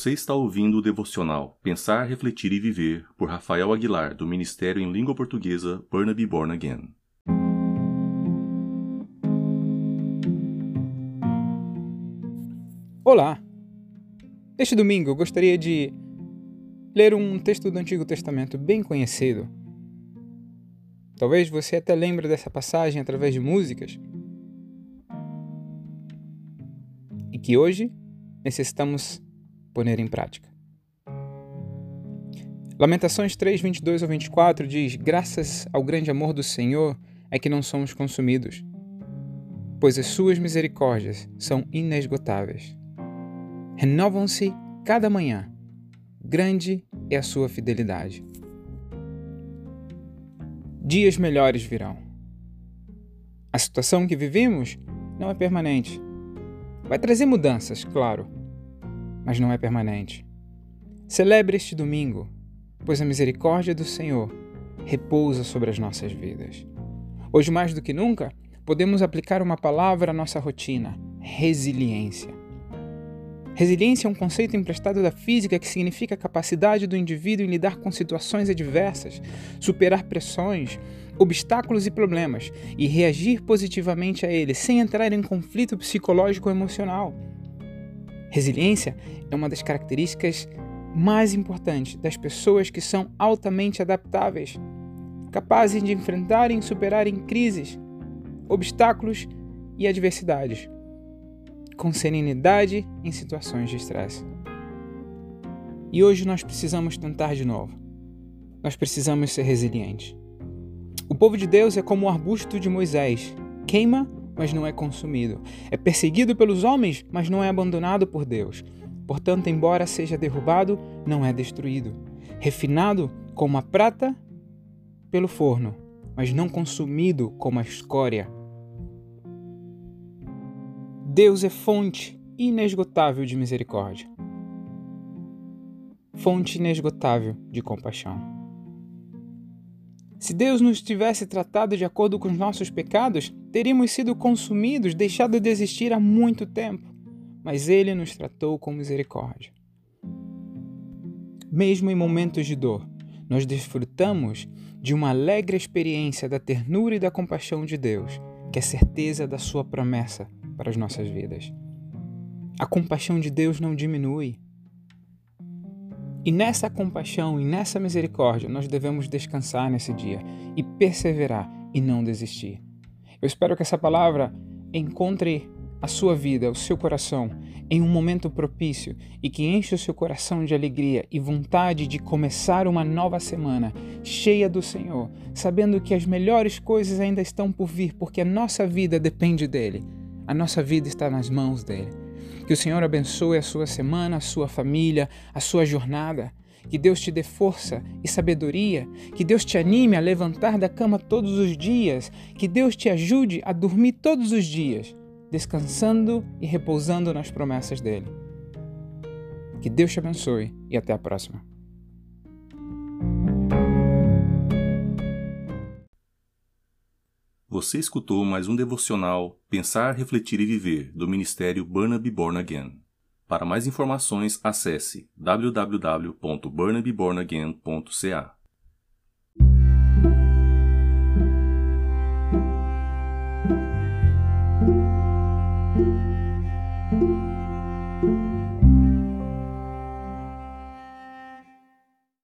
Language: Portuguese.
Você está ouvindo o devocional Pensar, Refletir e Viver, por Rafael Aguilar, do Ministério em Língua Portuguesa Burnaby Born Again. Olá! Neste domingo eu gostaria de ler um texto do Antigo Testamento bem conhecido. Talvez você até lembre dessa passagem através de músicas e que hoje necessitamos pôr em prática. Lamentações 3, 22 ao 24 diz: graças ao grande amor do Senhor é que não somos consumidos, pois as suas misericórdias são inesgotáveis. Renovam-se cada manhã. Grande é a sua fidelidade. Dias melhores virão. A situação que vivemos não é permanente. Vai trazer mudanças, claro, mas não é permanente. Celebre este domingo, pois a misericórdia do Senhor repousa sobre as nossas vidas. Hoje, mais do que nunca, podemos aplicar uma palavra à nossa rotina: resiliência. Resiliência é um conceito emprestado da física que significa a capacidade do indivíduo em lidar com situações adversas, superar pressões, obstáculos e problemas e reagir positivamente a eles sem entrar em conflito psicológico ou emocional. Resiliência é uma das características mais importantes das pessoas que são altamente adaptáveis, capazes de enfrentarem e superarem crises, obstáculos e adversidades, com serenidade em situações de estresse. E hoje nós precisamos tentar de novo. Nós precisamos ser resilientes. O povo de Deus é como o arbusto de Moisés: queima, mas não é consumido. É perseguido pelos homens, mas não é abandonado por Deus. Portanto, embora seja derrubado, não é destruído. Refinado como a prata pelo forno, mas não consumido como a escória. Deus é fonte inesgotável de misericórdia, fonte inesgotável de compaixão. Se Deus nos tivesse tratado de acordo com os nossos pecados, teríamos sido consumidos, deixado de existir há muito tempo, mas Ele nos tratou com misericórdia. Mesmo em momentos de dor, nós desfrutamos de uma alegre experiência da ternura e da compaixão de Deus, que é certeza da sua promessa para as nossas vidas. A compaixão de Deus não diminui. E nessa compaixão e nessa misericórdia nós devemos descansar nesse dia e perseverar e não desistir. Eu espero que essa palavra encontre a sua vida, o seu coração, em um momento propício e que enche o seu coração de alegria e vontade de começar uma nova semana cheia do Senhor, sabendo que as melhores coisas ainda estão por vir, porque a nossa vida depende dEle. A nossa vida está nas mãos dEle. Que o Senhor abençoe a sua semana, a sua família, a sua jornada. Que Deus te dê força e sabedoria. Que Deus te anime a levantar da cama todos os dias. Que Deus te ajude a dormir todos os dias, descansando e repousando nas promessas dEle. Que Deus te abençoe e até a próxima. Você escutou mais um devocional Pensar, Refletir e Viver, do Ministério Burnaby Born Again. Para mais informações, acesse www.burnabybornagain.ca.